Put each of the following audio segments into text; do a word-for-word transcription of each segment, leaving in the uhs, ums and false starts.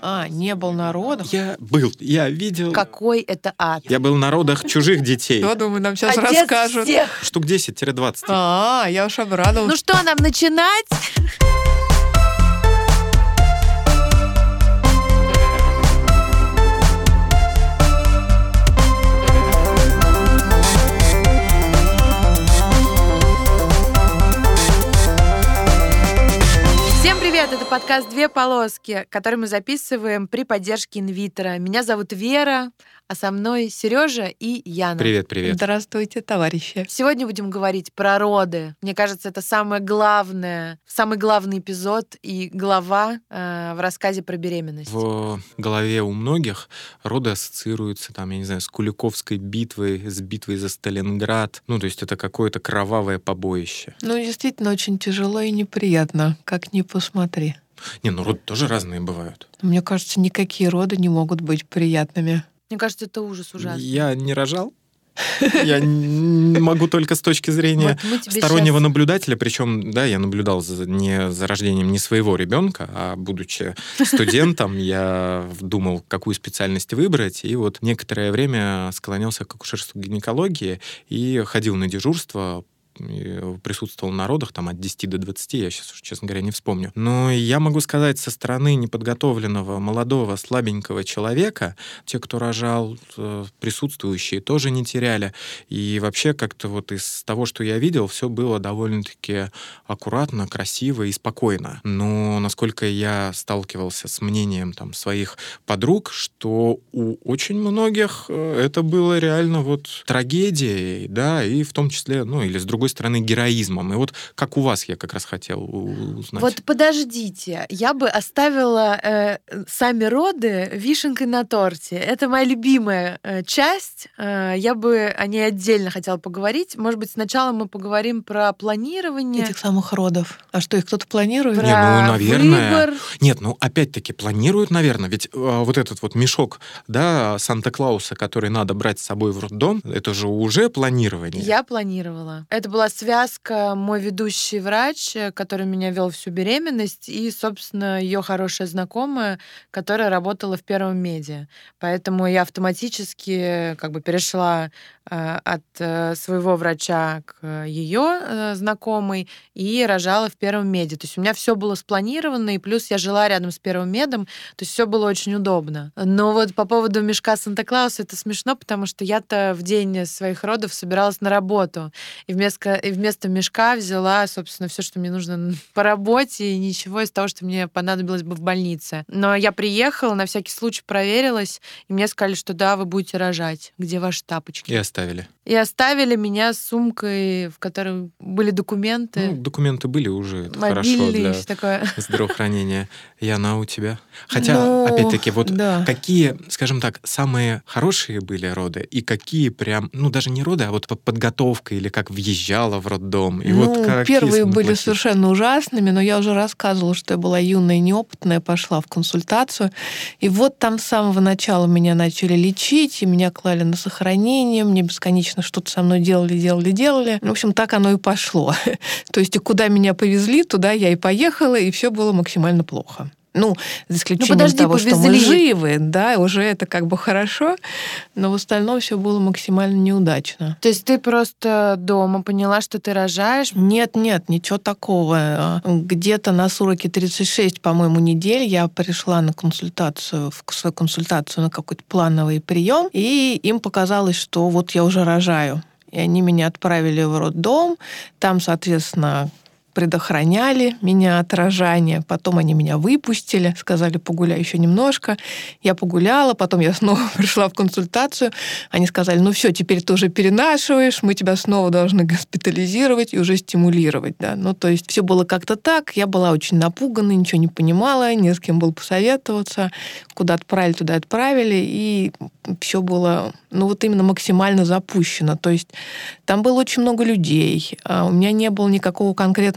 А, не был на родах? Я был, я видел. Какой это ад? Я был на родах чужих детей. Я думаю, нам сейчас Отец расскажут. всех. Штук десять-двадцать. А, я уж обрадовалась. Ну что, нам начинать? Привет, это подкаст «Две полоски», который мы записываем при поддержке инвитера. Меня зовут Вера, а со мной Сережа и Яна. Привет, привет. Здравствуйте, товарищи. Сегодня будем говорить про роды. Мне кажется, это самое главное, самый главный эпизод и глава э, в рассказе про беременность. В голове у многих роды ассоциируются, там, я не знаю, с Куликовской битвой, с битвой за Сталинград. Ну, то есть это какое-то кровавое побоище. Ну, действительно, очень тяжело и неприятно, как ни посмотри. Не, ну роды тоже разные бывают. Мне кажется, никакие роды не могут быть приятными. Мне кажется, это ужас ужасный. Я не рожал. Я могу только с точки зрения вот стороннего сейчас... наблюдателя, причем, да, я наблюдал за, не за рождением не своего ребенка, а будучи студентом, я думал, какую специальность выбрать, и вот некоторое время склонялся к акушерству гинекологии и ходил на дежурство, присутствовал на родах там, от десяти до двадцати, я сейчас, честно говоря, не вспомню. Но я могу сказать, со стороны неподготовленного, молодого, слабенького человека, те, кто рожал, присутствующие, тоже не теряли. И вообще как-то вот из того, что я видел, все было довольно-таки аккуратно, красиво и спокойно. Но насколько я сталкивался с мнением там, своих подруг, что у очень многих это было реально вот трагедией, да, и в том числе, ну, или с другой стороны, героизмом. И вот как у вас, я как раз хотел узнать. Вот подождите, я бы оставила э, сами роды вишенкой на торте. Это моя любимая э, часть. Э, я бы о ней отдельно хотела поговорить. Может быть, сначала мы поговорим про планирование. Этих самых родов. А что, их кто-то планирует? Про Не, ну, наверное. выбор. Нет, ну, опять-таки, планируют, наверное. Ведь э, вот этот вот мешок, да, Санта-Клауса, который надо брать с собой в роддом, это же уже планирование. Я планировала. Это была связка мой ведущий врач, который меня вел всю беременность, и, собственно, ее хорошая знакомая, которая работала в Первом меди. Поэтому я автоматически как бы перешла э, от э, своего врача к ее э, знакомой и рожала в Первом меди. То есть у меня все было спланировано, и плюс я жила рядом с Первым медом, то есть все было очень удобно. Но вот по поводу мешка Санта-Клауса это смешно, потому что я-то в день своих родов собиралась на работу, и вместо И вместо мешка взяла, собственно, все, что мне нужно по работе, и ничего из того, что мне понадобилось бы в больнице. Но я приехала, на всякий случай проверилась, и мне сказали, что да, вы будете рожать. Где ваши тапочки? И оставили. И оставили меня с сумкой, в которой были документы. Ну, документы были уже, это мобильный, хорошо для всё такое. здравоохранения. Яна, у тебя? Хотя, Ну, опять-таки, вот да. какие, скажем так, самые хорошие были роды, и какие прям, ну, даже не роды, а вот подготовка, или как въезжала в роддом. И ну, вот какие первые самые были плохие? совершенно ужасными, но я уже рассказывала, что я была юная и неопытная, пошла в консультацию. И вот там с самого начала меня начали лечить, и меня клали на сохранение, мне бесконечно что-то со мной делали, делали, делали. В общем, так оно и пошло. То есть, и куда меня повезли, туда я и поехала, и все было максимально плохо. Ну, за исключением подожди, того, повезли. что мы живы, да, уже это как бы хорошо, но в остальном все было максимально неудачно. То есть ты просто дома поняла, что ты рожаешь? Нет, нет, ничего такого. Где-то на сороке тридцать шесть, по-моему, недель я пришла на консультацию, в свою консультацию на какой-то плановый прием, и им показалось, что вот я уже рожаю. И они меня отправили в роддом, там, соответственно, предохраняли меня от рожания. Потом они меня выпустили, сказали, погуляй еще немножко. Я погуляла, потом я снова пришла в консультацию. Они сказали, ну все, теперь ты уже перенашиваешь, мы тебя снова должны госпитализировать и уже стимулировать. Да? Ну, то есть все было как-то так. Я была очень напугана, ничего не понимала, не с кем было посоветоваться. Куда отправили, туда отправили. И все было, ну, вот именно максимально запущено. То есть там было очень много людей. У меня не было никакого конкретного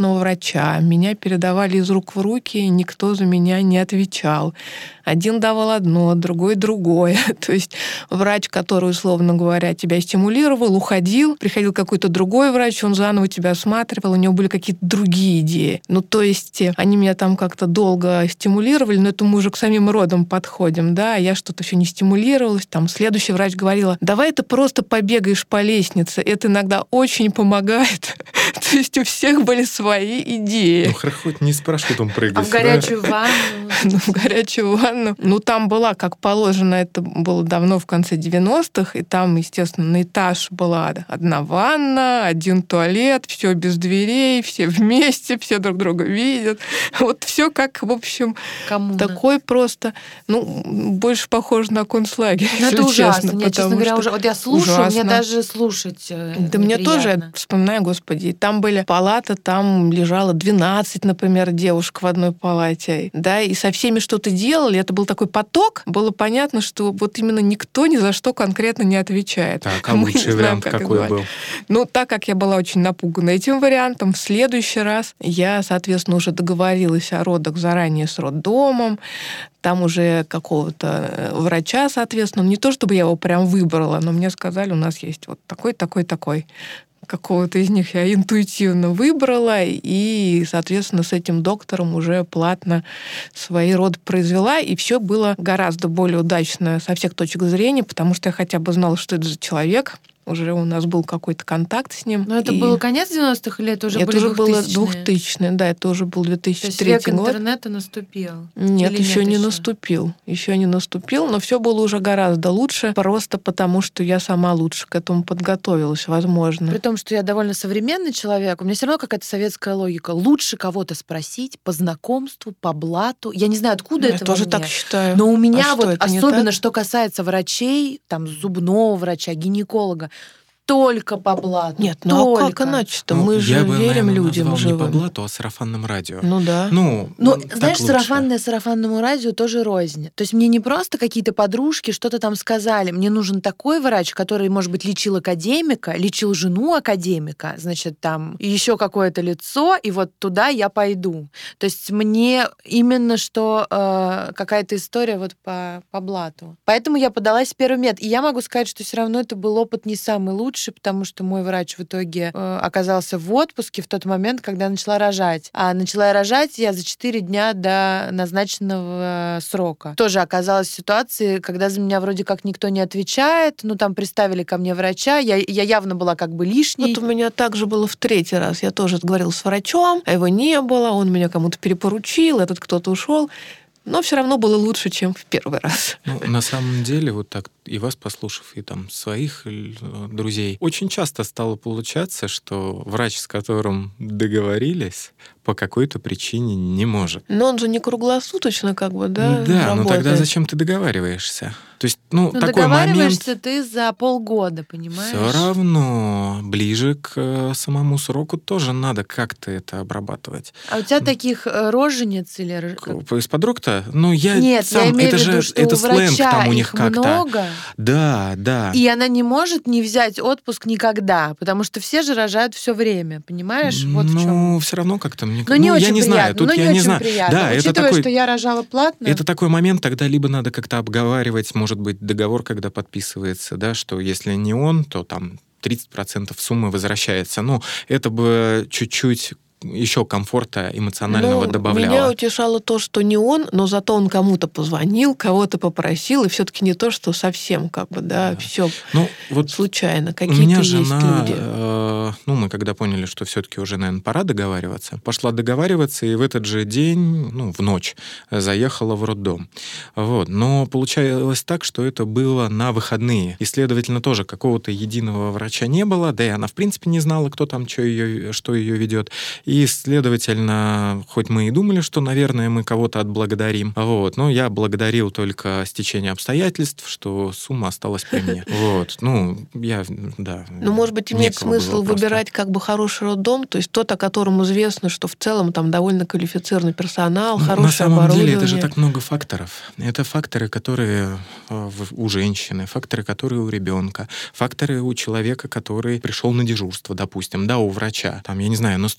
частного врача. Меня передавали из рук в руки, и никто за меня не отвечал. Один давал одно, другой другое. То есть врач, который, условно говоря, тебя стимулировал, уходил, приходил какой-то другой врач, он заново тебя осматривал, у него были какие-то другие идеи. Ну, то есть они меня там как-то долго стимулировали, но это мы уже к самим родам подходим, да, а я что-то еще не стимулировалась. Там следующий врач говорила: давай ты просто побегаешь по лестнице, это иногда очень помогает. То есть у всех были свои идеи. Ну, хоть не с парашютом прыгать. А в горячую ванну? Ну, в горячую ванну. Ну, там была, как положено, это было давно, в конце девяностых, и там, естественно, на этаж была одна ванна, один туалет, все без дверей, все вместе, все друг друга видят. Вот все как, в общем, Коммуна. Такой просто, ну, больше похоже на концлагерь, Ну, если это ужасно. честно. Нет, честно говоря, уже... Вот я слушаю, ужасно. мне даже слушать э, Да мне тоже, неприятно. я вспоминаю, господи, там были палаты, там лежало двенадцать, например, девушек в одной палате, да, и со всеми что-то делали, это был такой поток, было понятно, что вот именно никто ни за что конкретно не отвечает. Так, а Мы не лучший знаем, вариант как какой это был? Ну, так как я была очень напугана этим вариантом, в следующий раз я, соответственно, уже договорилась о родах заранее с роддомом, там уже какого-то врача, соответственно, не то чтобы я его прям выбрала, но мне сказали, у нас есть вот такой, такой, такой. Какого-то из них я интуитивно выбрала, и, соответственно, с этим доктором уже платно свои роды произвела, и все было гораздо более удачно со всех точек зрения, потому что я хотя бы знала, что это за человек, уже у нас был какой-то контакт с ним. Но это и... был конец девяностых или это уже это были уже было двухтысячные? двухтысячные, да, это уже был две тысячи третий То есть век год. интернета наступил? Нет, Или еще нет не еще? наступил. Еще не наступил, но все было уже гораздо лучше, просто потому что я сама лучше к этому подготовилась, возможно. При том, что я довольно современный человек, у меня все равно какая-то советская логика. Лучше кого-то спросить по знакомству, по блату. Я не знаю, откуда Я это тоже во мне. так считаю. Но у меня А вот что, это не особенно, так? что касается врачей, там зубного врача, гинеколога, только по блату. Нет, ну а только. как иначе-то? Ну, Мы же я бы, верим наверное, людям назвал не по живым. блату, а сарафанным радио. Ну да. Ну, Ну, так знаешь, лучше. сарафанное сарафанному радио тоже рознь. То есть мне не просто какие-то подружки что-то там сказали. Мне нужен такой врач, который, может быть, лечил академика, лечил жену академика, значит, там еще какое-то лицо, и вот туда я пойду. То есть мне именно что э, какая-то история вот по, по блату. Поэтому я подалась в первый мед. И я могу сказать, что все равно это был опыт не самый лучший, потому что мой врач в итоге э, оказался в отпуске в тот момент, когда я начала рожать. А начала я рожать я за четыре дня до назначенного срока. Тоже оказалась в ситуации, когда за меня вроде как никто не отвечает, ну там приставили ко мне врача, я, я явно была как бы лишней. Вот у меня также было в третий раз. Я тоже говорила с врачом, а его не было, он меня кому-то перепоручил, этот кто-то ушел. Но все равно было лучше, чем в первый раз. Ну, на самом деле, вот так и вас послушав, и там своих друзей, очень часто стало получаться, что врач, с которым договорились, по какой-то причине не может. Но он же не круглосуточно, как бы, да, Да, работает. но тогда зачем ты договариваешься? То есть, ну, Ну, такой договариваешься момент... ты за полгода, понимаешь? Все равно ближе к э, самому сроку тоже надо как-то это обрабатывать. А у тебя таких э, рожениц или... р- К- Из подруг-то? Ну, я Нет, сам... я имею это в виду, же что это у сленг врача там у них их как-то. много, Да, да. и она не может не взять отпуск никогда, потому что все же рожают все время, понимаешь? Вот в чем. Ну, все равно как-то мне... Ну, не ну, очень я не приятно. знаю, тут ну, не я очень не знаю. приятно. Да, это Учитывая, такой... что я рожала платно. Это такой момент, тогда либо надо как-то обговаривать, может быть, договор, когда подписывается, да, что если не он, то там тридцать процентов суммы возвращается. Ну, это бы чуть-чуть еще комфорта эмоционального Ну, добавляло. меня утешало то, что не он, но зато он кому-то позвонил, кого-то попросил, и все-таки не то, что совсем как бы, да, Да. все Ну, вот случайно. у Какие-то меня есть жена, люди. э, ну, мы когда поняли, что все-таки уже, наверное, пора договариваться, пошла договариваться, и в этот же день, ну, в ночь, заехала в роддом. Вот. Но получалось так, что это было на выходные. И, следовательно, тоже какого-то единого врача не было, да и она, в принципе, не знала, кто там, что ее, что ее ведет. И, следовательно, хоть мы и думали, что, наверное, мы кого-то отблагодарим, вот, но я благодарил только стечение обстоятельств, что сумма осталась при мне. Вот. Ну, я, да. Ну, может быть, имеет некого было смысл просто. выбирать как бы хороший роддом, то есть тот, о котором известно, что в целом там довольно квалифицированный персонал, Ну, хорошее на самом оборудование. деле это же так много факторов. Это факторы, которые э, в- у женщины, факторы, которые у ребенка, факторы у человека, который пришел на дежурство, допустим, да, у врача. Там, я не знаю, наступили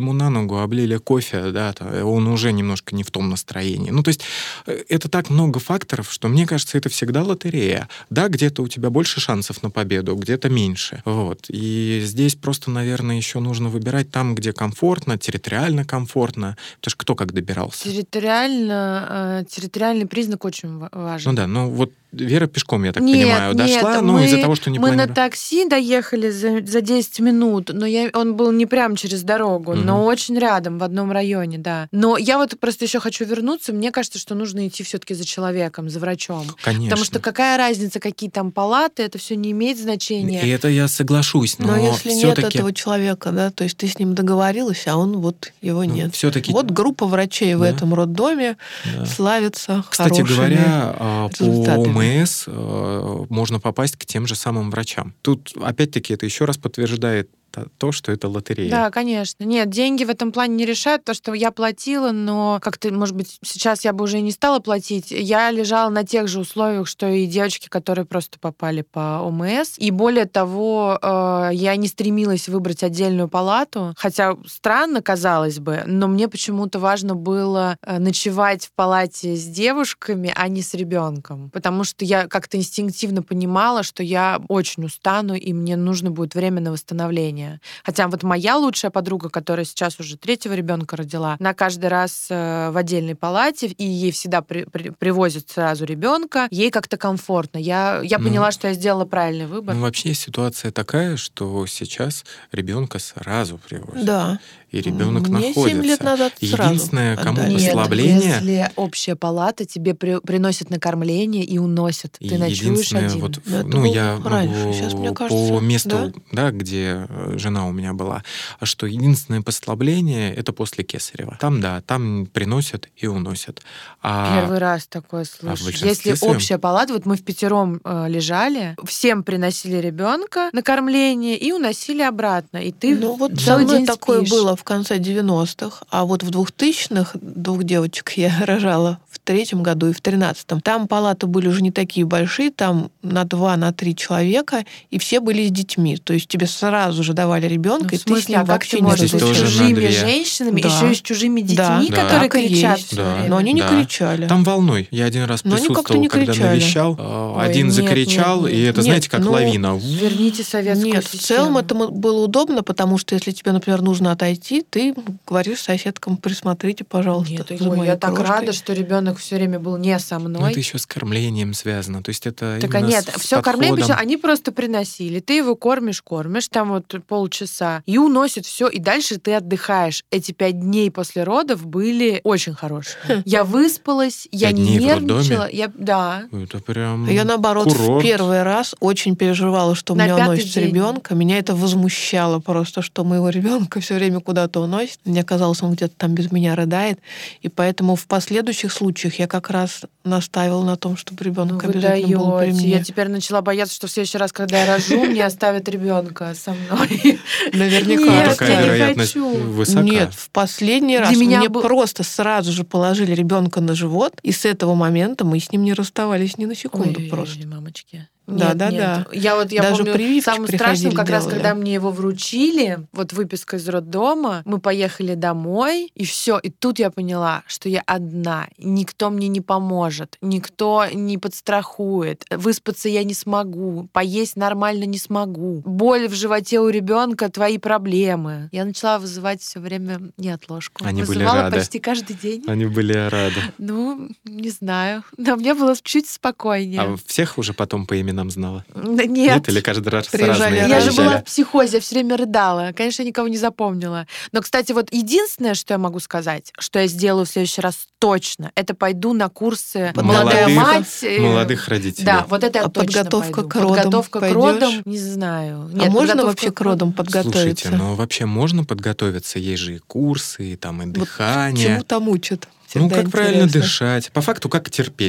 ему на ногу, облили кофе, да, он уже немножко не в том настроении. Ну, то есть это так много факторов, что, мне кажется, это всегда лотерея. Да, где-то у тебя больше шансов на победу, где-то меньше. Вот. И здесь просто, наверное, еще нужно выбирать там, где комфортно, территориально комфортно. Потому что кто как добирался? Территориально, территориальный признак очень важен. Ну да, ну вот Вера пешком, я так нет, понимаю, дошла, нет, но мы, из-за того, что не мы планировали. на такси доехали за, за десять минут, но я, он был не прям через дорогу, угу. но очень рядом, в одном районе, да. Но я вот просто еще хочу вернуться. Мне кажется, что нужно идти все-таки за человеком, за врачом. Конечно. Потому что какая разница, какие там палаты, это все не имеет значения. И это я соглашусь, но, но если все-таки... нет этого человека, да, то есть ты с ним договорилась, а он вот его нет. Ну, все-таки... Вот группа врачей да. в этом роддоме да. славится Кстати хорошими говоря, результатами. по ОМС можно попасть к тем же самым врачам. Тут, опять-таки, это еще раз подтверждает то, что это лотерея. Да, конечно. Нет, деньги в этом плане не решают, то, что я платила, но как-то, может быть, сейчас я бы уже не стала платить. Я лежала на тех же условиях, что и девочки, которые просто попали по ОМС. И более того, я не стремилась выбрать отдельную палату, хотя странно, казалось бы, но мне почему-то важно было ночевать в палате с девушками, а не с ребенком. Потому что я как-то инстинктивно понимала, что я очень устану, и мне нужно будет время на восстановление. Хотя вот моя лучшая подруга, которая сейчас уже третьего ребенка родила, она каждый раз в отдельной палате, и ей всегда при, при, привозят сразу ребенка, ей как-то комфортно. Я, я ну, поняла, что я сделала правильный выбор. Ну, вообще ситуация такая, что сейчас ребенка сразу привозят. Да. И ребенок Мне находится. семь лет назад Единственное, сразу кому отдали. послабление... Если общая палата, тебе при, приносят накормление и уносят. Ты ночуешь один. Вот, это ну, я раньше. могу Сейчас, мне кажется, по месту, да? Да, где жена у меня была, что единственное послабление — это после кесарева. Там, да, там приносят и уносят. А... Первый раз такое слышу. А Если своем... общая палата, вот мы в пятером э, лежали, всем приносили ребенка на кормление и уносили обратно. И ты ну, вот целый день такое спишь. было в конце девяностых, а вот в двухтысячных двух девочек я рожала в третьем году и в тринадцатом. Там палаты были уже не такие большие, там на два, на три человека, и все были с детьми. То есть тебе сразу же давали ребенка, ну, и ты с ним а вообще ты не можешь разлучаешь. с чужими женщинами, да. еще и с чужими детьми, да. которые да. кричат. Да. Но они не да. кричали. Там волной. Я один раз Но присутствовал, не когда кричали. навещал. Ой, один нет, закричал, нет, нет. и это, Нет, знаете, как ну, лавина. Верните советскую Нет, систему. в целом это было удобно, потому что если тебе, например, нужно отойти, ты говоришь соседкам: присмотрите, пожалуйста, Нет, за ой, моей я так крошкой. рада, что ребенок все время был не со мной. Но это еще с кормлением связано. То есть это Так, именно нет, с все кормление, подходом. они просто приносили. Ты его кормишь, кормишь, там вот полчаса, и уносят все, и дальше ты отдыхаешь. Эти пять дней после родов были очень хорошие. Я выспалась, я не нервничала. Я, да. Это прям Я, наоборот, курорт. в первый раз очень переживала, что На меня пятый уносит день. ребенка. Меня это возмущало просто, что моего ребенка все время куда-то уносит. Мне казалось, он где-то там без меня рыдает. И поэтому в последующих случаях я как раз настаивала на том, чтобы ребенок Ну, вы обязательно был при даёте. мне. Я теперь начала бояться, что в следующий раз, когда я рожу, мне оставят ребенка со мной. Наверняка. Нет, Такая я не вероятность хочу. высока. Нет, в последний Для раз меня мне был- просто сразу же положили ребенка на живот, и с этого момента мы с ним не расставались ни на секунду Ой, просто. мамочки. Да, Нет, да, нет. да. Я вот я Даже помню, прививки самым приходили, страшным, как раз делали. когда мне его вручили, вот выписка из роддома, мы поехали домой, и все. И тут я поняла, что я одна, никто мне не поможет, никто не подстрахует, выспаться я не смогу, поесть нормально не смогу, боль в животе у ребенка, твои проблемы. Я начала вызывать все время неотложку. Они были Вызывала рады. почти каждый день. Они были рады. Ну, не знаю. Но мне было чуть спокойнее. А всех уже потом по именам знала? Да нет. Нет, или каждый раз Приезжали разные Я же приезжали? была в психозе, я все время рыдала. Конечно, я никого не запомнила. Но, кстати, вот единственное, что я могу сказать, что я сделаю в следующий раз точно, это пойду на курсы «Молодая Молодых- мать». э, Молодых родителей. Да, вот это я А точно подготовка пойду. к родам Подготовка к пойдёшь? родам, не знаю. А Нет, можно подготовка вообще к родам подготовиться? Слушайте, ну вообще можно подготовиться? Есть же и курсы, и там и Вот дыхание. чему там учат? Ну, Всегда как правильно интересно. дышать. По факту, как терпеть.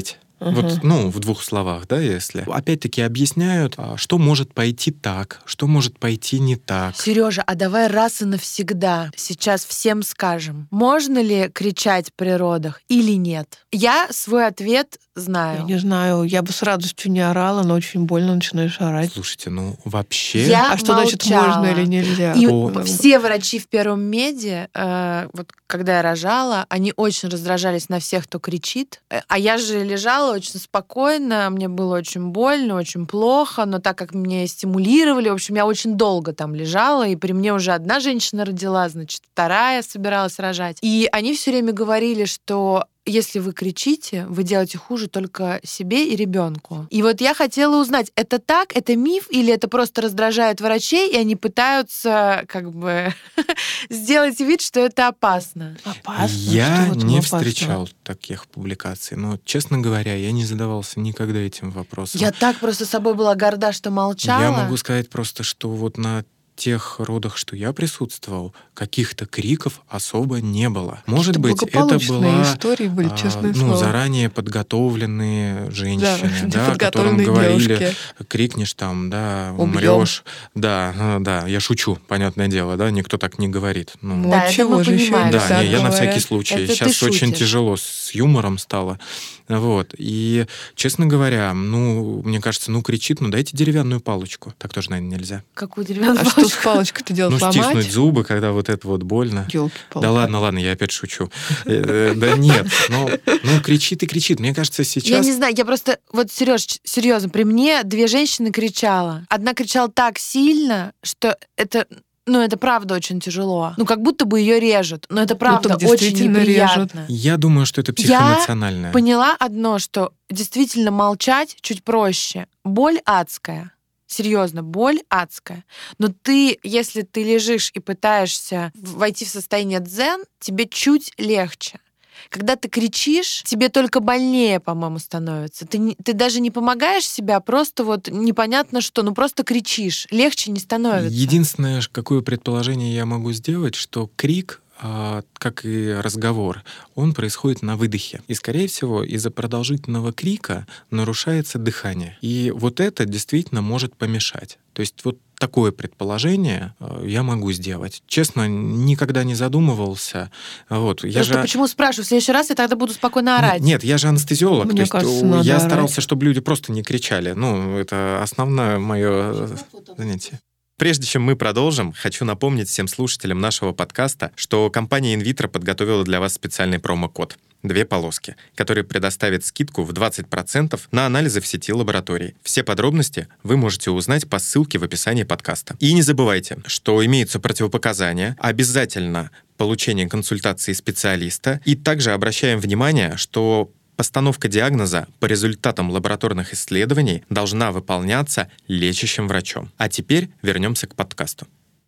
Мгм. Вот, ну, в двух словах, да, если. Опять-таки объясняют, а, что может пойти так, что может пойти не так. Сережа, а давай раз и навсегда сейчас всем скажем, можно ли кричать при родах или нет? Я свой ответ Я знаю. не знаю, я бы с радостью не орала, но очень больно начинаешь орать. Слушайте, ну, вообще... Я А что значит молчала. можно или нельзя? И По- Как бы. все врачи в первом меди, э, вот когда я рожала, они очень раздражались на всех, кто кричит. Э, А я же лежала очень спокойно, мне было очень больно, очень плохо, но так как меня стимулировали, в общем, я очень долго там лежала, и при мне уже одна женщина родила, значит, вторая собиралась рожать. И они все время говорили, что если вы кричите, вы делаете хуже только себе и ребенку. И вот я хотела узнать, это так, это миф, или это просто раздражает врачей, и они пытаются как бы сделать вид, что это опасно. Опасно? Я Что в этом не опасного? встречал таких публикаций, но, честно говоря, я не задавался никогда этим вопросом. Я так просто собой была горда, что молчала. Я могу сказать просто, что вот на тех родах, что я присутствовал, каких-то криков особо не было. Может быть, это Благополучные была истории были, а, честное ну, слово. заранее подготовленные женщины, да, которым неподготовленные говорили, девушки. крикнешь там, да, Убьём. умрешь. Да, ну, да, я шучу, понятное дело, да, никто так не говорит. Ну, Ну, Да, от это чего мы же еще понимаем. они да, так не, я на говорят? всякий случай. Это ты Сейчас очень шутишь. тяжело с юмором стало. Вот. И, честно говоря, ну, мне кажется, ну, кричит, ну, дайте деревянную палочку. Так тоже, наверное, нельзя. Какую деревянную А что с палочку? палочкой-то делать? Ну, Ломать? стиснуть зубы, когда вот это вот больно. Ёлки-палки. Да ладно, ладно, я опять шучу. Э, Да нет, ну, ну, кричит и кричит. Мне кажется, Я сейчас... не знаю, я просто, вот, Сереж, серьезно, при мне две женщины кричала. Одна кричала так сильно, что это, ну, это правда очень тяжело. Ну, как будто бы ее режут. Но это правда так очень действительно неприятно. Я думаю, что это психоэмоциональное. Поняла одно, что действительно молчать чуть проще. Боль адская. Серьезно, боль адская. Но ты, если ты лежишь и пытаешься войти в состояние дзен, тебе чуть легче. Когда ты кричишь, тебе только больнее, по-моему, становится. Ты, не- ты даже не помогаешь себе, а просто вот непонятно что, ну просто кричишь. Легче не становится. Единственное, ш- какое предположение я могу сделать, что крик, а, как и разговор, он происходит на выдохе. И, скорее всего, из-за продолжительного крика нарушается дыхание. И вот это действительно может помешать. То есть вот такое предположение э, я могу сделать. Честно, никогда не задумывался. Вот, я Просто же... почему спрашиваю? В следующий раз я тогда буду спокойно Нет, орать. Нет, я же анестезиолог. Мне то есть кажется, у- надо я орать. старался, чтобы люди просто не кричали. Ну, это основное мое занятие. Прежде чем мы продолжим, хочу напомнить всем слушателям нашего подкаста, что компания InVitro подготовила для вас специальный промокод «Две полоски», который предоставит скидку в двадцать процентов на анализы в сети лабораторий. Все подробности вы можете узнать по ссылке в описании подкаста. И не забывайте, что имеются противопоказания, обязательно получение консультации специалиста, и также обращаем внимание, что постановка диагноза по результатам лабораторных исследований должна выполняться лечащим врачом. А теперь вернемся к подкасту.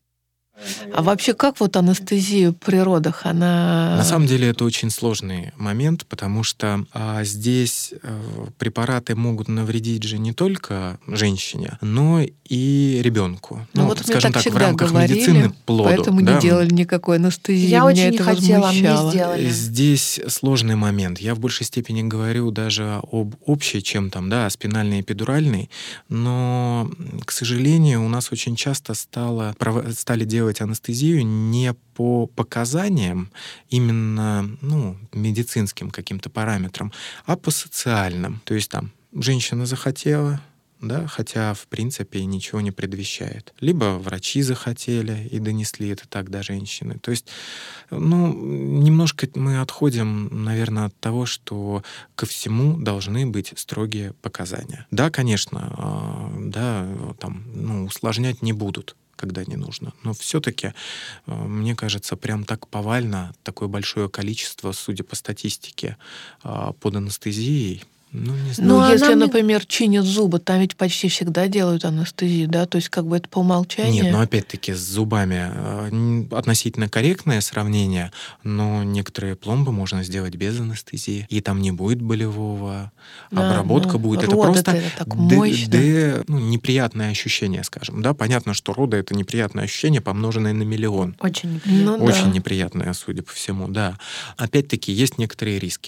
А вообще, как вот анестезия при родах, она... На самом деле это очень сложный момент, потому что а, здесь а, препараты могут навредить же не только женщине, но и ребенку. Ну, вот мне скажем так так, в всегда рамках говорили, медицины плоду. поэтому да. не делали никакой анестезии. Я Меня очень не это хотела, а мне возмущало. сделали. Здесь сложный момент. Я в большей степени говорю даже об общей, чем там, да, о спинальной и эпидуральной, но, к сожалению, у нас очень часто стало, прово- стали делать анестезию не по показаниям, именно, ну, медицинским каким-то параметрам, а по социальным. То есть там женщина захотела, да, хотя, в принципе, ничего не предвещает. Либо врачи захотели и донесли это так до женщины. То есть, ну, немножко мы отходим, наверное, от того, что ко всему должны быть строгие показания. Да, конечно, да, там, ну, усложнять не будут, когда не нужно. Но все-таки, мне кажется, прям так повально, такое большое количество, судя по статистике, под анестезией, ну, не знаю. Ну, Ну, если, она мне- например, чинят зубы, там ведь почти всегда делают анестезию, да? То есть как бы это по умолчанию. Нет, но опять-таки с зубами э, н- относительно корректное сравнение, но некоторые пломбы можно сделать без анестезии, и там не будет болевого, Да, обработка ну, будет. Это роды-то просто это так д- мощно. д- ну, неприятное ощущение, скажем. Да, понятно, что роды — это неприятное ощущение, помноженное на миллион. Очень неприятно. Ну, Очень да. неприятное, судя по всему, да. Опять-таки, есть некоторые риски.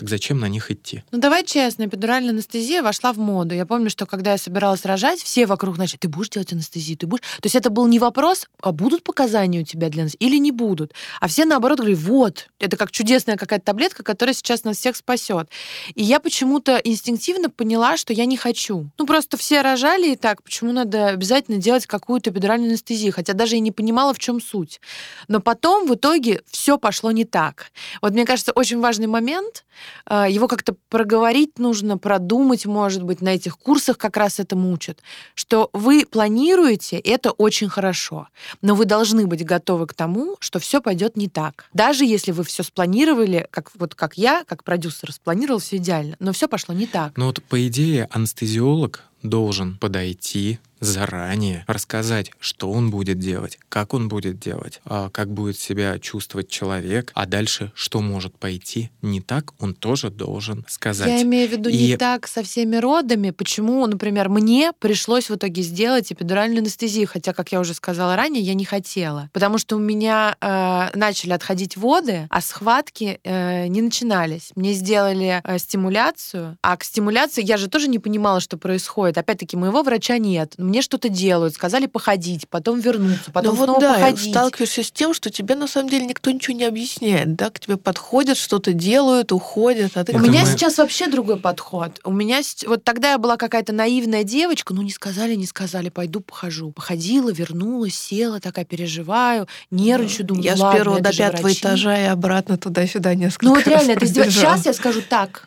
так зачем на них идти? Ну, давай честно, эпидуральная анестезия вошла в моду. Я помню, что когда я собиралась рожать, все вокруг начали: ты будешь делать анестезию, ты будешь... То есть это был не вопрос, а будут показания у тебя для анестезии или не будут. А все, наоборот, говорили: вот, это как чудесная какая-то таблетка, которая сейчас нас всех спасет. И я почему-то инстинктивно поняла, что я не хочу. Ну, просто все рожали и так, почему надо обязательно делать какую-то эпидуральную анестезию, хотя даже и не понимала, в чем суть. Но потом в итоге все пошло не так. Вот мне кажется, очень важный момент, его как-то проговорить нужно, продумать, может быть, на этих курсах как раз этому учат, что вы планируете, это очень хорошо, но вы должны быть готовы к тому, что все пойдет не так. Даже если вы все спланировали, как вот как я, как продюсер, спланировал все идеально, но все пошло не так. Ну вот по идее анестезиолог должен подойти заранее, рассказать, что он будет делать, как он будет делать, как будет себя чувствовать человек, а дальше что может пойти не так, он тоже должен сказать. Я имею в виду И... не так со всеми родами. Почему, например, мне пришлось в итоге сделать эпидуральную анестезию, хотя, как я уже сказала ранее, я не хотела, потому что у меня э, начали отходить воды, а схватки э, не начинались. Мне сделали э, стимуляцию, а к стимуляции я же тоже не понимала, что происходит. Опять-таки, моего врача нет. Мне что-то делают, сказали походить, потом вернуться, потом ну снова вот да, походить. Сталкиваешься с тем, что тебе на самом деле никто ничего не объясняет, да, к тебе подходят, что-то делают, уходят. А ты У Это меня мы... сейчас вообще другой подход. У меня вот тогда я была какая-то наивная девочка, ну не сказали, не сказали, пойду похожу. Походила, вернулась, села, такая переживаю, нервничаю, думаю, я ладно, с первого это до же пятого врачи. этажа и обратно туда-сюда несколько Ну вот раз реально, это издевательство. пробежала. Сейчас я скажу так.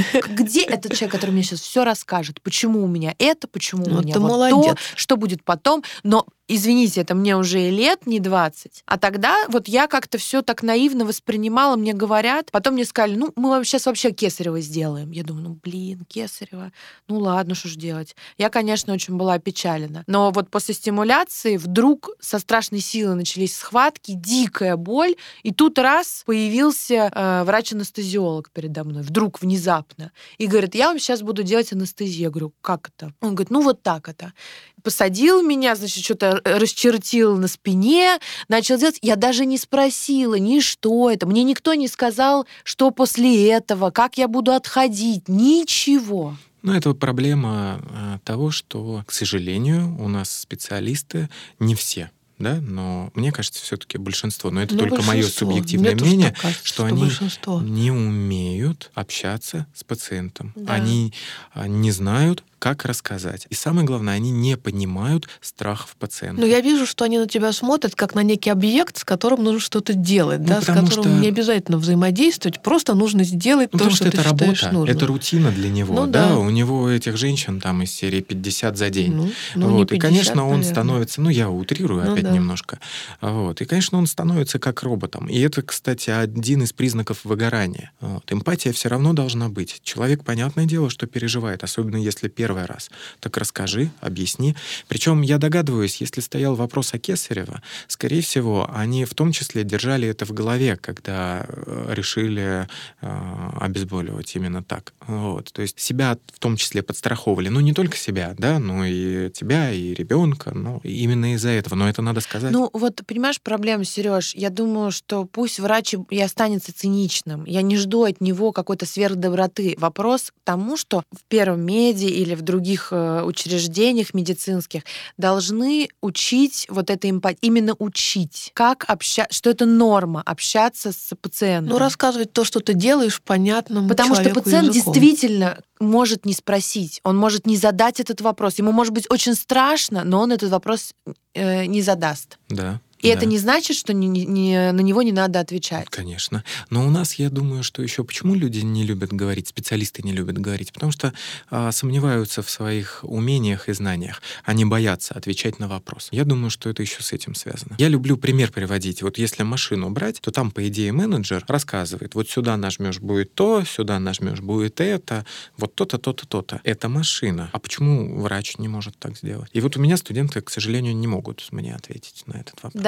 Где этот человек, который мне сейчас все расскажет? Почему у меня это, почему Ну, у меня ты вот молодец. то, что будет потом? Но извините, это мне уже и лет не двадцать. А тогда вот я как-то все так наивно воспринимала, мне говорят. Потом мне сказали: ну, мы сейчас вообще кесарево сделаем. Я думаю, ну, блин, кесарево. Ну, ладно, что ж делать. Я, конечно, очень была опечалена. Но вот после стимуляции вдруг со страшной силой начались схватки, дикая боль. И тут раз появился э, врач-анестезиолог передо мной. Вдруг, внезапно. И говорит: я вам сейчас буду делать анестезию. Я говорю: как это? Он говорит: ну, вот так это. Посадил меня, значит, что-то расчертил на спине, начал делать. Я даже не спросила, ни что это. Мне никто не сказал, что после этого, как я буду отходить. Ничего. Ну, это проблема а, того, что, к сожалению, у нас специалисты не все. Да, но мне кажется, все-таки большинство, но это ну, только мое субъективное мнение, кажется, что, что они большинство. не умеют общаться с пациентом. Да. Они не знают, как рассказать. И самое главное, они не понимают страхов пациента. Ну, я вижу, что они на тебя смотрят как на некий объект, с которым нужно что-то делать, ну, да, с которым что... не обязательно взаимодействовать, просто нужно сделать ну, то, потому что, что ты это считаешь работа, нужным. Это рутина для него, ну, да? да, у него этих женщин там из серии пятьдесят за день. Ну, ну, вот. пятьдесят, и, конечно, он наверное. становится, ну, я утрирую ну, опять да. немножко, вот. И, конечно, он становится как роботом. И это, кстати, один из признаков выгорания. Вот. Эмпатия все равно должна быть. Человек, понятное дело, что переживает, особенно если первый раз. Так расскажи, объясни. Причем я догадываюсь, если стоял вопрос о Кесарево, скорее всего, они в том числе держали это в голове, когда решили э, обезболивать именно так. Вот. То есть себя в том числе подстраховывали. Ну, не только себя, да, но и тебя, и ребенка. Ну, именно из-за этого. Но это надо сказать. Ну, вот, понимаешь, проблема, Сереж, я думаю, что пусть врач и останется циничным. Я не жду от него какой-то сверхдоброты. Вопрос к тому, что в первом меди или в других э, учреждениях медицинских должны учить вот это эмпатию, именно учить, как общаться, что это норма, общаться с пациентом. Ну, рассказывать то, что ты делаешь, понятным Потому что пациент языком. действительно может не спросить, он может не задать этот вопрос. Ему может быть очень страшно, но он этот вопрос э, не задаст. Да. И да. это не значит, что не, не, на него не надо отвечать. Конечно. Но у нас, я думаю, что еще почему люди не любят говорить, специалисты не любят говорить? Потому что а, сомневаются в своих умениях и знаниях. Они боятся отвечать на вопрос. Я думаю, что это еще с этим связано. Я люблю пример приводить. Вот если машину брать, то там, по идее, менеджер рассказывает: вот сюда нажмешь будет то, сюда нажмешь будет это, вот то-то, то-то, то-то. Это машина. А почему врач не может так сделать? И вот у меня студенты, к сожалению, не могут мне ответить на этот вопрос. Да,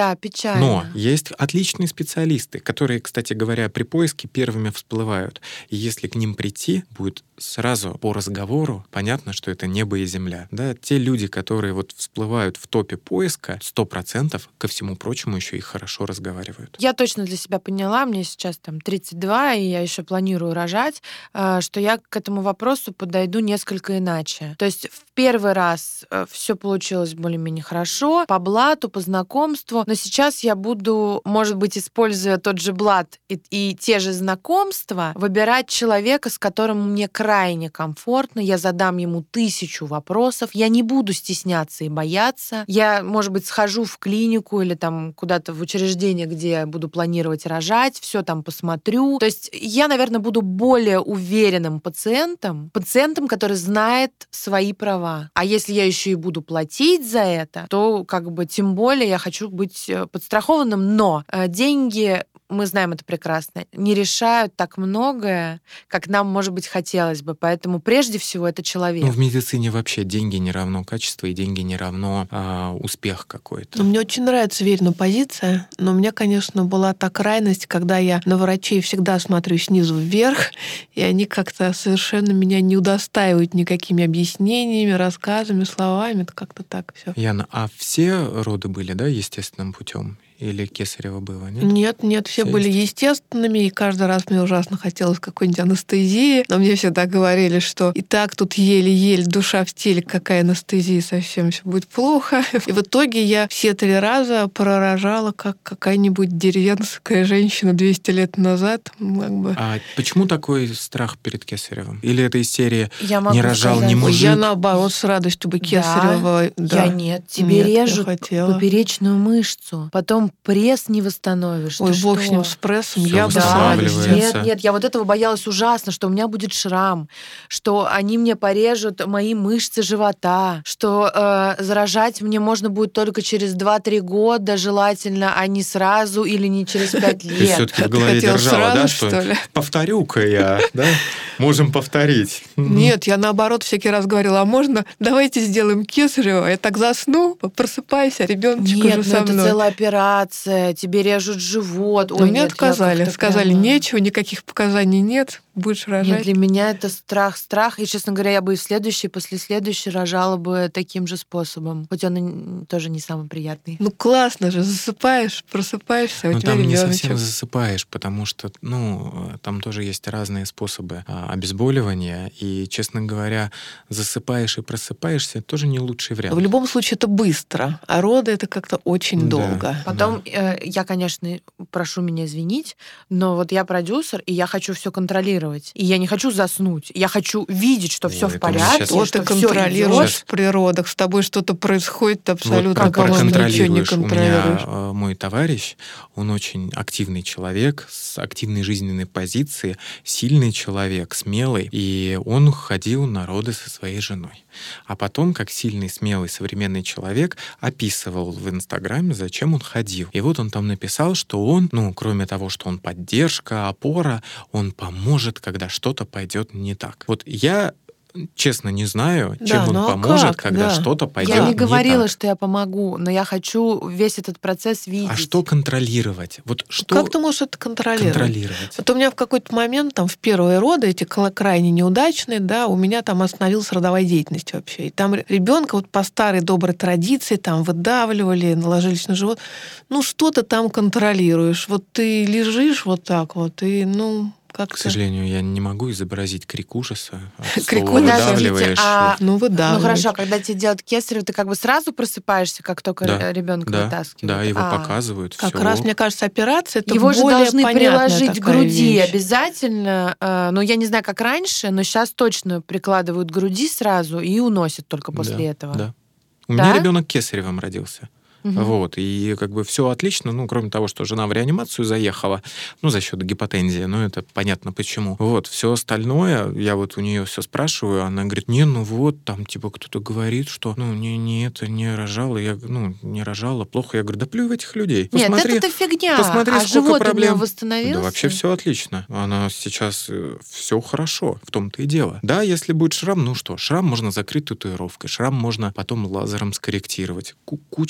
Да, печально. Но есть отличные специалисты, которые, кстати говоря, при поиске первыми всплывают. И если к ним прийти, будет сразу по разговору понятно, что это небо и земля. Да? Те люди, которые вот всплывают в топе поиска, сто процентов, ко всему прочему, еще и хорошо разговаривают. Я точно для себя поняла, мне сейчас там тридцать два, и я еще планирую рожать, что я к этому вопросу подойду несколько иначе. То есть в первый раз все получилось более-менее хорошо, по блату, по знакомству, но сейчас я буду, может быть, используя тот же блат и, и те же знакомства, выбирать человека, с которым мне крайне комфортно, я задам ему тысячу вопросов, я не буду стесняться и бояться, я, может быть, схожу в клинику или там куда-то в учреждение, где я буду планировать рожать, все там посмотрю. То есть я, наверное, буду более уверенным пациентом, пациентом, который знает свои права. А если я еще и буду платить за это, то как бы тем более я хочу быть подстрахованным, но деньги, мы знаем это прекрасно, не решают так многое, как нам, может быть, хотелось бы. Поэтому прежде всего это человек. Ну, в медицине вообще деньги не равно качество, и деньги не равно а, успех какой-то. Ну, мне очень нравится Верина позиция, но у меня, конечно, была та крайность, когда я на врачей всегда смотрю снизу вверх, и они как-то совершенно меня не удостаивают никакими объяснениями, рассказами, словами. Это как-то так все. Яна, а все роды были, да, естественным путем? Или кесарево было, нет? Нет, нет, все, все были есть? естественными, и каждый раз мне ужасно хотелось какой-нибудь анестезии, но мне всегда говорили, что и так тут еле-еле душа в теле, какая анестезия, совсем все будет плохо. И в итоге я все три раза пророжала, как какая-нибудь деревенская женщина двести лет назад. Как бы. А почему такой страх перед кесаревым? Или это из серии я «не рожал сказать. ни мужик»? Я, наоборот, с радостью бы кесарево. Да, да. Я нет. Тебе нет, режут поперечную мышцу, потом пресс не восстановишь. Ой, Ты бог что? с ним, с прессом. Всё Я бы с Да, восстанавливается. радостью. нет, нет, я вот этого боялась ужасно, что у меня будет шрам, что они мне порежут мои мышцы живота, что э, заражать мне можно будет только через два-три года, желательно, а не сразу или не через пять То есть лет. все-таки в Ты голове хотела держала, сразу, да, что что ли? повторю-ка я, да? Можем повторить. Нет, я наоборот всякий раз говорила, а можно давайте сделаем кесарево, я так засну, просыпайся, ребеночек Нет, уже ну со это мной. целая операция, тебе режут живот. Но Ой, мне нет, отказали, я как-то сказали, прямо- нечего, никаких показаний нет, будешь рожать. Нет, для меня это страх, страх. И, честно говоря, я бы и в следующий, после следующей рожала бы таким же способом. Хоть он и тоже не самый приятный. Ну классно же, засыпаешь, просыпаешься, а у Но тебя там не ребеночек. совсем засыпаешь, потому что, ну, там тоже есть разные способы а, обезболивания, и, честно говоря, засыпаешь и просыпаешься, это тоже не лучший В вариант. любом случае это быстро, а роды это как-то очень Да. долго. Потом э, я, конечно, прошу меня извинить, но вот я продюсер, и я хочу все контролировать. И я не хочу заснуть. Я хочу видеть, что все Ой, в это мы порядке, сейчас- Что что ты всё контролируешь идёт. в природах, с тобой что-то происходит, ты абсолютно, Вот про по-моему, ничего не контролируешь. У меня контролируешь. э, мой товарищ, он очень активный человек, с активной жизненной позицией, сильный человек, смелый, и он ходил на роды со своей женой. А потом, как сильный, смелый, современный человек, описывал в Инстаграме, зачем он ходил. И вот он там написал, что он, ну, кроме того, что он поддержка, опора, он поможет, когда что-то пойдет не так. Вот я честно не знаю, Да, чем он ну а поможет, как, когда да. что-то пойдет Я не не говорила, так. что я помогу, но я хочу весь этот процесс видеть. А что контролировать? Вот что Как ты можешь это контролировать? контролировать? Вот у меня в какой-то момент, там, в первые роды, эти кла- крайне неудачные, да, у меня там остановилась родовая деятельность вообще. И там ребенка вот по старой доброй традиции там выдавливали, наложились на живот. Ну, что ты там контролируешь? Вот ты лежишь вот так вот, и, ну, как-то... К сожалению, я не могу изобразить крик ужаса. От Крик слова ужаса. выдавливаешь. А, Ну, Ну выдавливаешь. хорошо, когда тебе делают кесарево, ты как бы сразу просыпаешься, как только Да, ребенка да, вытаскивают. да, его А. показывают. Как всё. раз, мне кажется, операция — это Его же более должны понятная приложить к такая груди вещь. обязательно. э, Но я не знаю, как раньше, но сейчас точно прикладывают к груди сразу и уносят только после Да, этого. Да. У Да? меня ребенок кесаревым родился. Мгм. Вот, и как бы все отлично, ну, кроме того, что жена в реанимацию заехала, ну, за счет гипотензии, ну, это понятно почему. Вот, все остальное, я вот у нее все спрашиваю, она говорит, не, ну вот, там, типа, кто-то говорит, что, ну, не, не это, не рожала, я, ну, не рожала, плохо. Я говорю, да плюй в этих людей. Нет, Посмотри, это фигня. посмотри, а сколько живот у нее проблем. восстановился? Да вообще все отлично. Она сейчас все хорошо, в том-то и дело. Да, если будет шрам, ну что, шрам можно закрыть татуировкой, шрам можно потом лазером скорректировать. Ку- куча вариантов.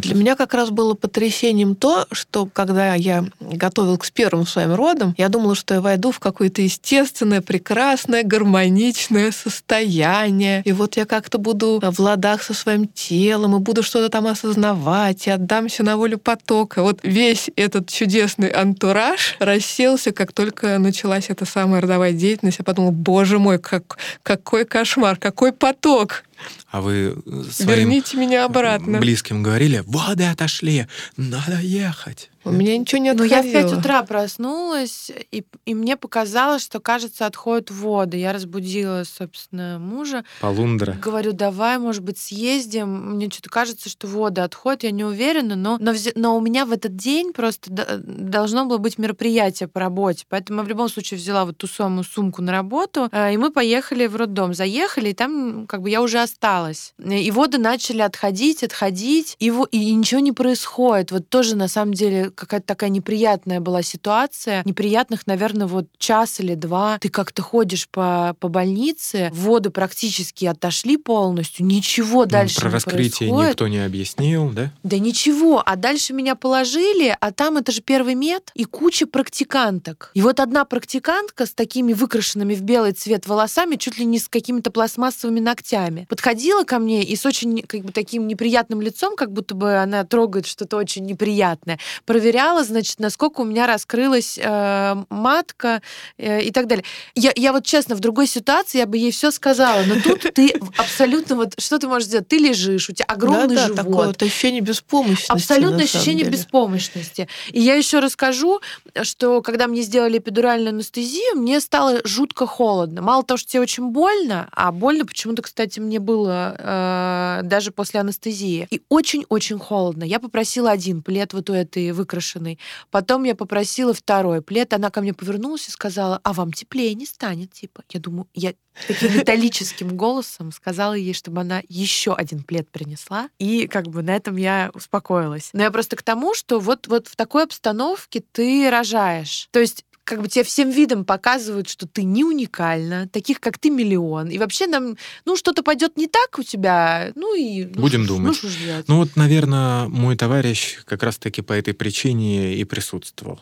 Для меня как раз было потрясением то, что когда я готовилась к первым своим родам, я думала, что я войду в какое-то естественное, прекрасное, гармоничное состояние. И вот я как-то буду в ладах со своим телом, и буду что-то там осознавать, и отдамся на волю потока. Вот весь этот чудесный антураж рассеялся, как только началась эта самая родовая деятельность. Я подумала, боже мой, как, какой кошмар, какой поток. А вы своим Верните меня обратно. близким говорили, воды отошли, надо ехать. У меня ничего не отходило. Но я в пять утра проснулась, и, и мне показалось, что, кажется, отходят воды. Я разбудила, собственно, мужа. Полундра. Говорю, давай, может быть, съездим. Мне что-то кажется, что воды отходят, я не уверена, но, но, вз... но у меня в этот день просто должно было быть мероприятие по работе. Поэтому я в любом случае взяла вот ту самую сумку на работу, и мы поехали в роддом. Заехали, и там как бы я уже осталась. И воды начали отходить, отходить, и, и ничего не происходит. Вот тоже, на самом деле, какая-то такая неприятная была ситуация. Неприятных, наверное, вот час или два. Ты как-то ходишь по, по больнице, воды практически отошли полностью, ничего дальше Про не раскрытие происходит. никто не объяснил, да? Да ничего. А дальше меня положили, а там это же первый мед и куча практиканток. И вот одна практикантка с такими выкрашенными в белый цвет волосами, чуть ли не с какими-то пластмассовыми ногтями, подходила ко мне и с очень как бы таким неприятным лицом, как будто бы она трогает что-то очень неприятное, проверяла, значит, насколько у меня раскрылась э, матка э, и так далее. Я, я вот честно, в другой ситуации я бы ей все сказала, но тут ты абсолютно вот, что ты можешь сделать? Ты лежишь, у тебя огромный да, да, живот. Такое вот ощущение беспомощности. Абсолютное ощущение беспомощности. И я еще расскажу, что когда мне сделали эпидуральную анестезию, мне стало жутко холодно. Мало того, что тебе очень больно, а больно почему-то, кстати, мне было э, даже после анестезии. И очень-очень холодно. Я попросила один плед вот у этой выкрашенной. Потом я попросила второй плед. Она ко мне повернулась и сказала, а вам теплее не станет, типа. Я думаю, я таким металлическим голосом сказала ей, чтобы она еще один плед принесла. И как бы на этом я успокоилась. Но я просто к тому, что вот, вот в такой обстановке ты рожаешь. То есть как бы тебе всем видом показывают, что ты не уникальна, таких, как ты, миллион. И вообще нам, ну, что-то пойдет не так у тебя, ну и... Ну, Будем ш, думать. Ну, что ж делать? Ну вот, наверное, мой товарищ как раз-таки по этой причине и присутствовал.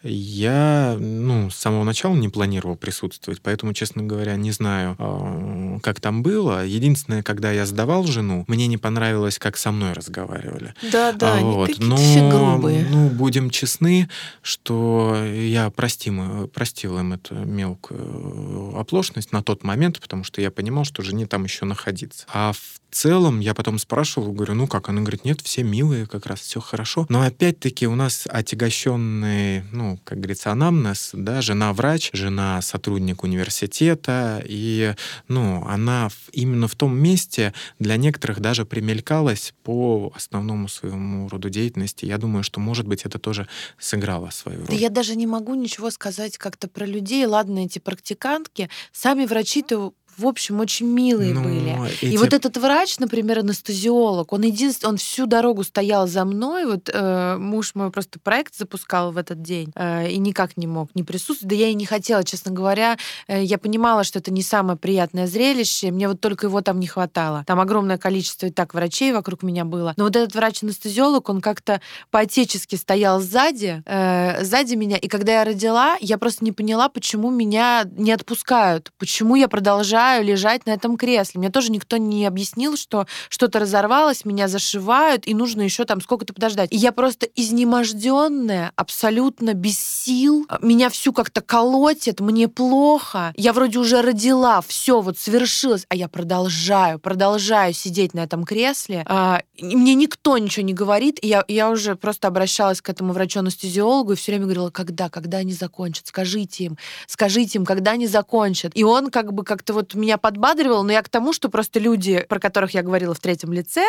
Я, ну, с самого начала не планировал присутствовать, поэтому, честно говоря, не знаю, как там было. Единственное, когда я сдавал жену, мне не понравилось, как со мной разговаривали. Да-да, они вот. какие-то Но, все грубые. Ну, будем честны, что я простил простил им эту мелкую оплошность на тот момент, потому что я понимал, что жене там еще находиться. А в целом я потом спрашивал, говорю, ну как? Она говорит, нет, все милые, как раз все хорошо. Но опять-таки у нас отягощенный, ну, как говорится, анамнез, да, жена врач, жена сотрудник университета, и, ну, она именно в том месте для некоторых даже примелькалась по основному своему роду деятельности. Я думаю, что, может быть, это тоже сыграло свою роль. Да я даже не могу ничего сказать как-то про людей. Ладно, эти практикантки, сами врачи-то в общем, очень милые ну, были. Эти... И вот этот врач, например, анестезиолог, он единственный, он всю дорогу стоял за мной. Вот э, муж мой просто проект запускал в этот день э, и никак не мог не присутствовать. Да я и не хотела, честно говоря. Э, я понимала, что это не самое приятное зрелище. Мне вот только его там не хватало. Там огромное количество и так врачей вокруг меня было. Но вот этот врач-анестезиолог, он как-то по-отечески стоял сзади, э, сзади меня. И когда я родила, я просто не поняла, почему меня не отпускают, почему я продолжаю лежать на этом кресле. Мне тоже никто не объяснил, что что-то разорвалось, меня зашивают, и нужно еще там сколько-то подождать. И я просто изнеможденная, абсолютно без сил. Меня всю как-то колотит, мне плохо. Я вроде уже родила, все вот свершилось, а я продолжаю, продолжаю сидеть на этом кресле. И мне никто ничего не говорит, и я, я уже просто обращалась к этому врачу-анестезиологу и все время говорила, когда, когда они закончат, скажите им, скажите им, когда они закончат. И он как бы как-то вот меня подбадривал, но я к тому, что просто люди, про которых я говорила в третьем лице,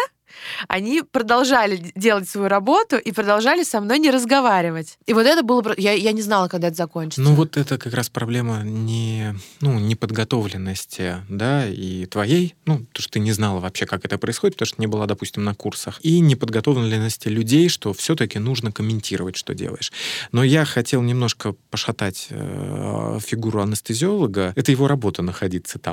они продолжали делать свою работу и продолжали со мной не разговаривать. И вот это было... Я, я не знала, когда это закончится. Ну вот это как раз проблема не, ну, неподготовленности, да, и твоей, ну, потому что ты не знала вообще, как это происходит, потому что не была, допустим, на курсах, и неподготовленности людей, что все-таки нужно комментировать, что делаешь. Но я хотел немножко пошатать э, фигуру анестезиолога. Это его работа находиться там. То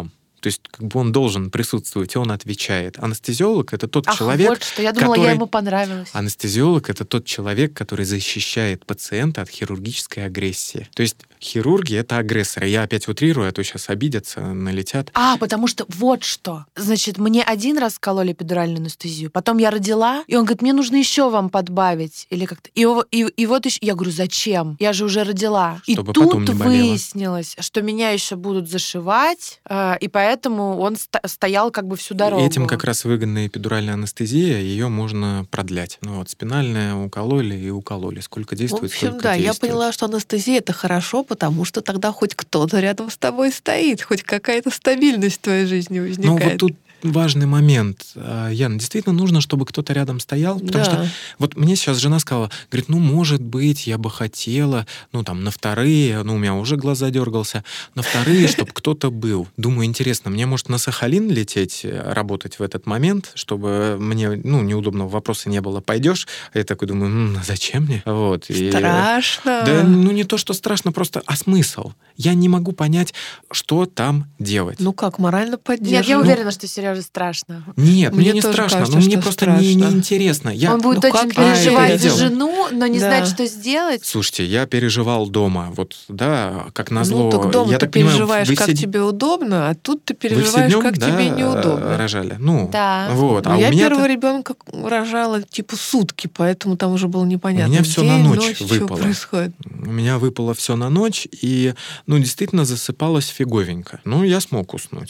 То есть как бы он должен присутствовать, и он отвечает. Анестезиолог — это тот Ах, человек, вот что. Я думала, который... я ему понравилась. Анестезиолог — это тот человек, который защищает пациента от хирургической агрессии. То есть хирурги — это агрессоры. Я опять утрирую, а то сейчас обидятся, налетят. А, потому что вот что. Значит, мне один раз кололи эпидуральную анестезию, потом я родила, и он говорит, мне нужно еще вам подбавить. Или как-то. И, и, и вот еще... Я говорю, зачем? Я же уже родила. Чтобы и тут потом не болело. выяснилось, что меня еще будут зашивать, э, и поэтому он ст- стоял как бы всю дорогу. Этим как раз выгодна эпидуральная анестезия, ее можно продлять. Ну вот, спинальная укололи и укололи. Сколько действует, В общем, сколько да, действует. я поняла, что анестезия — это хорошо, потому что тогда хоть кто-то рядом с тобой стоит, хоть какая-то стабильность в твоей жизни возникает. Ну вот тут важный момент. Яна, действительно нужно, чтобы кто-то рядом стоял, потому Да. что вот мне сейчас жена сказала, говорит, ну, может быть, я бы хотела, ну, там, на вторые, ну, у меня уже глаз задергался, на вторые, чтобы кто-то был. Думаю, интересно, мне, может, на Сахалин лететь, работать в этот момент, чтобы мне, ну, неудобного вопроса не было. Пойдешь? А я такой думаю, м, зачем мне? Вот. И- Страшно. Да, ну, не то, что страшно, просто, а смысл? Я не могу понять, что там делать. Ну как, морально Нет, поддерживать? я Ну, уверена, что Сереже страшно. Нет, мне, Мне не тоже страшно, кажется, но мне что просто не, страшно. неинтересно. Я... Он будет ну очень как я переживать это за делаю? жену, но не Да. знать, что сделать. Слушайте, я переживал дома, вот, да, как назло. Ну, так дома я ты так понимаю, переживаешь, вы как все... тебе удобно, а тут ты вы все переживаешь, днем, как да, тебе неудобно. рожали? Ну, Да. вот. Ну, А я у меня первого ребенка рожала типа сутки, поэтому там уже было непонятно, У меня всё день, на ночь ночь, что выпало. происходит. у меня выпало все на ночь, и, ну, действительно засыпалось фиговенько. Ну, я смог уснуть.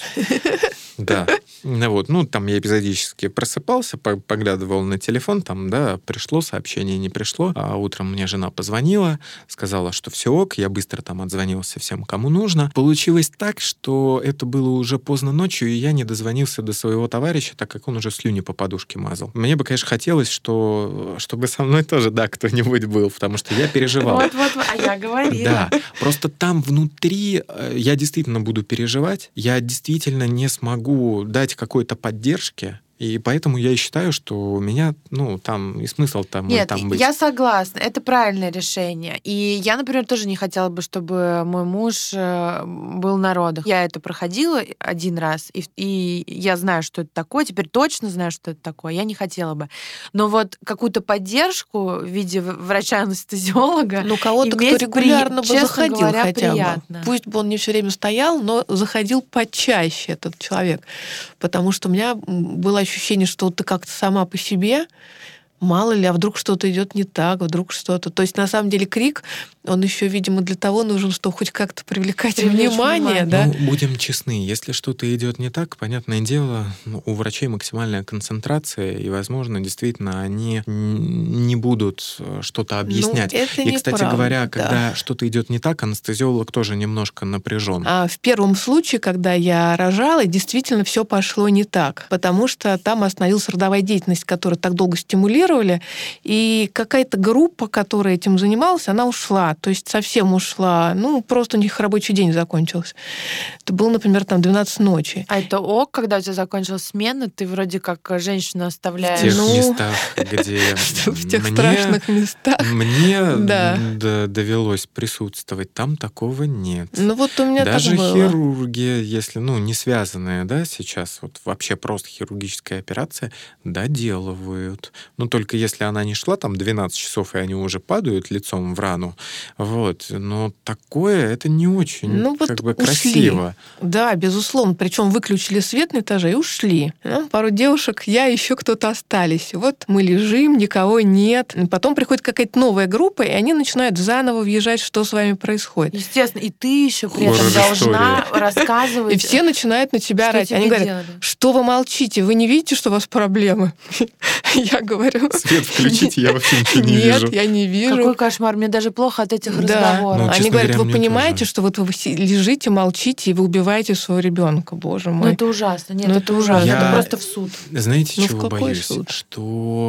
Да. Ну, вот. Ну, там я эпизодически просыпался, по- поглядывал на телефон, там, да, пришло сообщение, не пришло. А утром мне жена позвонила, сказала, что все ок, я быстро там отзвонился всем, кому нужно. Получилось так, что это было уже поздно ночью, и я не дозвонился до своего товарища, так как он уже слюни по подушке мазал. Мне бы, конечно, хотелось, что, чтобы со мной тоже, да, кто-нибудь был, потому что я переживал. Вот-вот, а я говорила. Да, просто там внутри э, я действительно буду переживать, я действительно не смогу дать какой-то поддержки, и поэтому я и считаю, что у меня, ну, там и смысл там, Нет, там быть. я согласна, это правильное решение. И я, например, тоже не хотела бы, чтобы мой муж э, был на родах. Я это проходила один раз, и, и я знаю, что это такое, теперь точно знаю, что это такое, я не хотела бы. Но вот какую-то поддержку в виде в- врача-анестезиолога Ну, кого-то, кто иметь регулярно при- бы честно заходил говоря, хотя приятно. бы. Пусть бы он не все время стоял, но заходил почаще этот человек. Потому что у меня м, было ощущение, что ты как-то сама по себе, мало ли, а вдруг что-то идет не так, вдруг что-то. То есть, на самом деле, крик, он еще, видимо, для того нужен, чтобы хоть как-то привлекать Привлечь внимание, внимание. да? Ну, будем честны, если что-то идет не так, понятное дело, ну, у врачей максимальная концентрация, и, возможно, действительно, они н- не будут э, что-то объяснять. Ну, это И, кстати неправда, говоря, да. когда что-то идет не так, анестезиолог тоже немножко напряжен. А в первом случае, когда я рожала, действительно все пошло не так, потому что там остановилась родовая деятельность, которую так долго стимулировали, и какая-то группа, которая этим занималась, она ушла, то есть совсем ушла, ну, просто у них рабочий день закончился. Это было, например, там двенадцать ночи. А это ок, когда у тебя закончилась смена, ты вроде как женщину оставляешь. В тех Ну, местах, где В тех мне- страшных местах. Мне Да. д- довелось присутствовать, там такого нет. Ну, вот у меня Даже так было. хирургия, если, ну, не связанная, да, сейчас, вот вообще просто хирургическая операция, доделывают. Ну, только если она не шла там двенадцать часов, и они уже падают лицом в рану, вот. Но такое, это не очень, Ну, вот как бы, ушли. красиво. Да, безусловно. Причем выключили свет на этаже и ушли. Ну, пару девушек, я, еще кто-то остались. Вот мы лежим, никого нет. Потом приходит какая-то новая группа, и они начинают заново въезжать, что с вами происходит. Естественно, и ты еще при этом Хоррор должна рассказывать. И все начинают на тебя что орать. тебе Они говорят, делали. что вы молчите? Вы не видите, что у вас проблемы? Я говорю... Свет включите, я вообще ничего не Нет, вижу. я не вижу. Какой кошмар, мне даже плохо от этих Да. разговоров. Ну, Они честно говорят, говоря, вы мне понимаете, тоже. что вот вы си- лежите, молчите, и вы убиваете своего ребенка, боже Ну, мой. это ужасно. Нет, Ну, это это ужасно. ужасно. Это Я- просто в суд. Знаете, Ну, в чего какой боюсь? суд? Что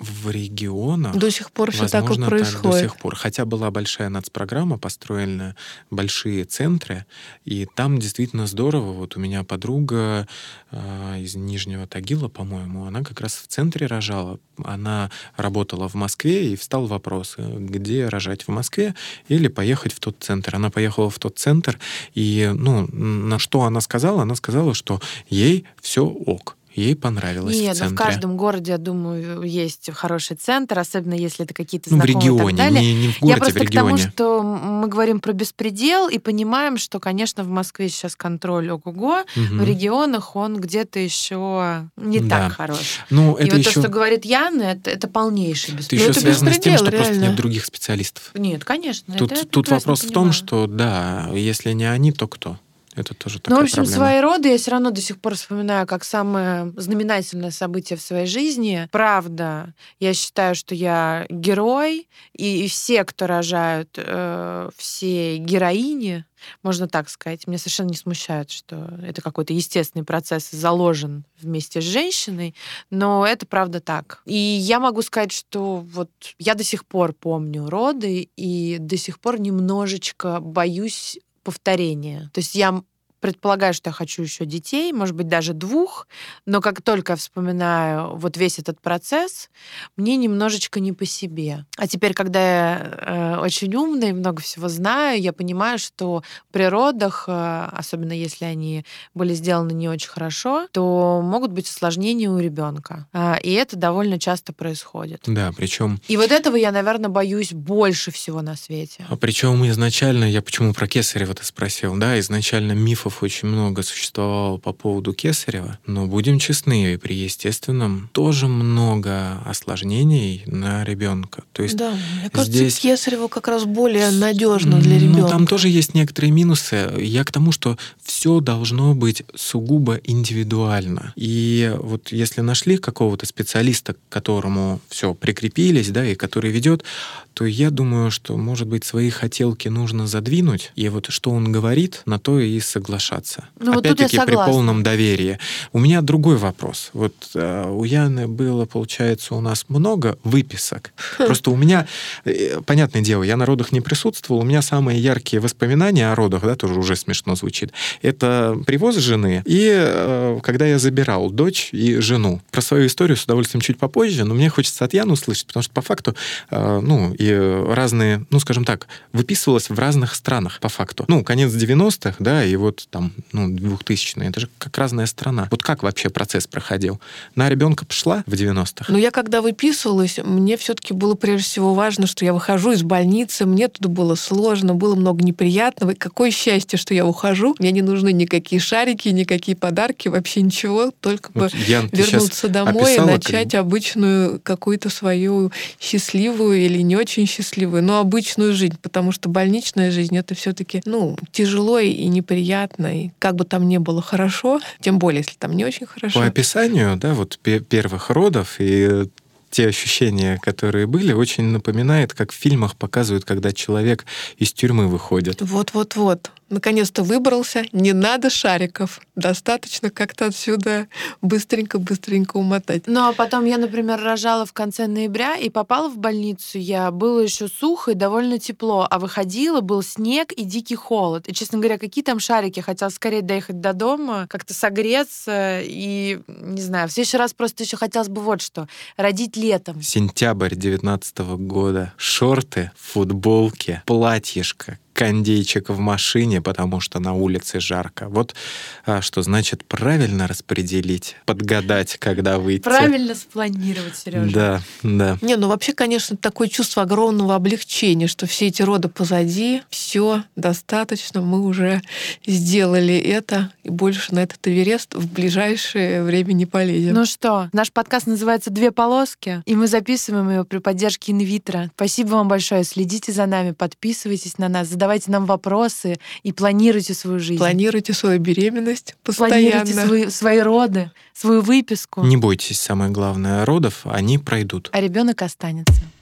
в регионах До сих пор все так и возможно, так до происходит. сих пор. Хотя была большая нацпрограмма, построена большие центры, и там действительно здорово. Вот у меня подруга э, из Нижнего Тагила, по-моему, она как раз в центре рожала. Она работала в Москве, и встал вопрос, где рожать, в Москве или поехать в тот центр. Она поехала в тот центр, и ну, на что она сказала? Она сказала, что ей все ок. Ей понравилось Нет, в ну центре. в каждом городе, я думаю, есть хороший центр, особенно если это какие-то Ну, в знакомые и так регионе, далее. не, не в Я городе, просто в к тому, регионе. что мы говорим про беспредел и понимаем, что, конечно, в Москве сейчас контроль ого-го, Мгм. в регионах он где-то еще не Да. так хорош. Ну, И это вот еще, то, что говорит Яна, это, это полнейший это беспредел. еще это связано с тем, беспредел, что просто реально. нет других специалистов. Нет, конечно. Тут, это я тут прекрасно вопрос в том, понимаю. что да, если не они, то кто? Это тоже Ну, такая в общем, проблема. свои роды я все равно до сих пор вспоминаю как самое знаменательное событие в своей жизни. Правда, я считаю, что я герой, и, и все, кто рожают, э, все героини, можно так сказать. Меня совершенно не смущает, что это какой-то естественный процесс, заложен вместе с женщиной, но это правда так. И я могу сказать, что вот я до сих пор помню роды, и до сих пор немножечко боюсь повторения. То есть я предполагаю, что я хочу еще детей, может быть, даже двух, но как только я вспоминаю вот весь этот процесс, мне немножечко не по себе. А теперь, когда я э, очень умная и много всего знаю, я понимаю, что при родах, э, особенно если они были сделаны не очень хорошо, то могут быть осложнения у ребенка. А, и это довольно часто происходит. Да, причем, И вот этого я, наверное, боюсь больше всего на свете. а причем изначально, я почему про Кесарева-то спросил, да, изначально мифов очень много существовало по поводу Кесарева, но будем честны, при естественном тоже много осложнений на ребенка. То есть Да, мне кажется, здесь- Кесарево как раз более надежно для ребенка. Ну, там тоже есть некоторые минусы. Я к тому, что все должно быть сугубо индивидуально. И вот если нашли какого-то специалиста, к которому все прикрепились, да, и который ведет, то я думаю, что, может быть, свои хотелки нужно задвинуть, и вот что он говорит, на то и соглашаться. Ну, вот тут я Опять-таки, при согласна. полном доверии. У меня другой вопрос. Вот э, у Яны было, получается, у нас много выписок. Просто у меня, э, понятное дело, я на родах не присутствовал, у меня самые яркие воспоминания о родах, да, тоже уже смешно звучит, это привоз жены и э, когда я забирал дочь и жену. Про свою историю с удовольствием чуть попозже, но мне хочется от Яны услышать, потому что по факту, э, ну, и разные, ну, скажем так, выписывалось в разных странах по факту. Ну, конец девяностых, да, и вот там, ну, двухтысячные, это же как разная страна. Вот как вообще процесс проходил? На ребенка пошла в девяностых? Но я когда выписывалась, мне все-таки было прежде всего важно, что я выхожу из больницы, мне туда было сложно, было много неприятного. И какое счастье, что я ухожу. Мне не нужны никакие шарики, никакие подарки, вообще ничего, только бы Вот, Ян, ты вернуться щас домой и описала, начать как- обычную какую-то свою счастливую или не очень счастливую, но обычную жизнь, потому что больничная жизнь — это все-таки, ну, тяжело и неприятно, и как бы там ни было хорошо, тем более, если там не очень хорошо. По описанию, да, вот пе- первых родов и те ощущения, которые были, очень напоминает, как в фильмах показывают, когда человек из тюрьмы выходит. Вот-вот-вот. Наконец-то выбрался. Не надо шариков. Достаточно как-то отсюда быстренько-быстренько умотать. Ну, а потом я, например, рожала в конце ноября и попала в больницу. Я было еще сухо и довольно тепло, а выходила, был снег и дикий холод. И, честно говоря, какие там шарики? Хотела скорее доехать до дома, как-то согреться и, не знаю, в следующий раз просто еще хотелось бы вот что. Родить летом. Сентябрь девятнадцатого года. Шорты, футболки, платьишко, кондейчик в машине, потому что на улице жарко. Вот а, что значит правильно распределить, подгадать, когда выйти. Правильно спланировать, Сережа. Да, да. Не, ну вообще, конечно, такое чувство огромного облегчения, что все эти роды позади, все достаточно, мы уже сделали это, и больше на этот Эверест в ближайшее время не полезем. Ну что, наш подкаст называется «Две полоски», и мы записываем его при поддержке инвитро. Спасибо вам большое. Следите за нами, подписывайтесь на нас, задавайте нам вопросы и планируйте свою жизнь. Планируйте свою беременность постоянно. Планируйте свои, свои роды, свою выписку, Не бойтесь, самое главное, родов, они пройдут. а ребенок останется.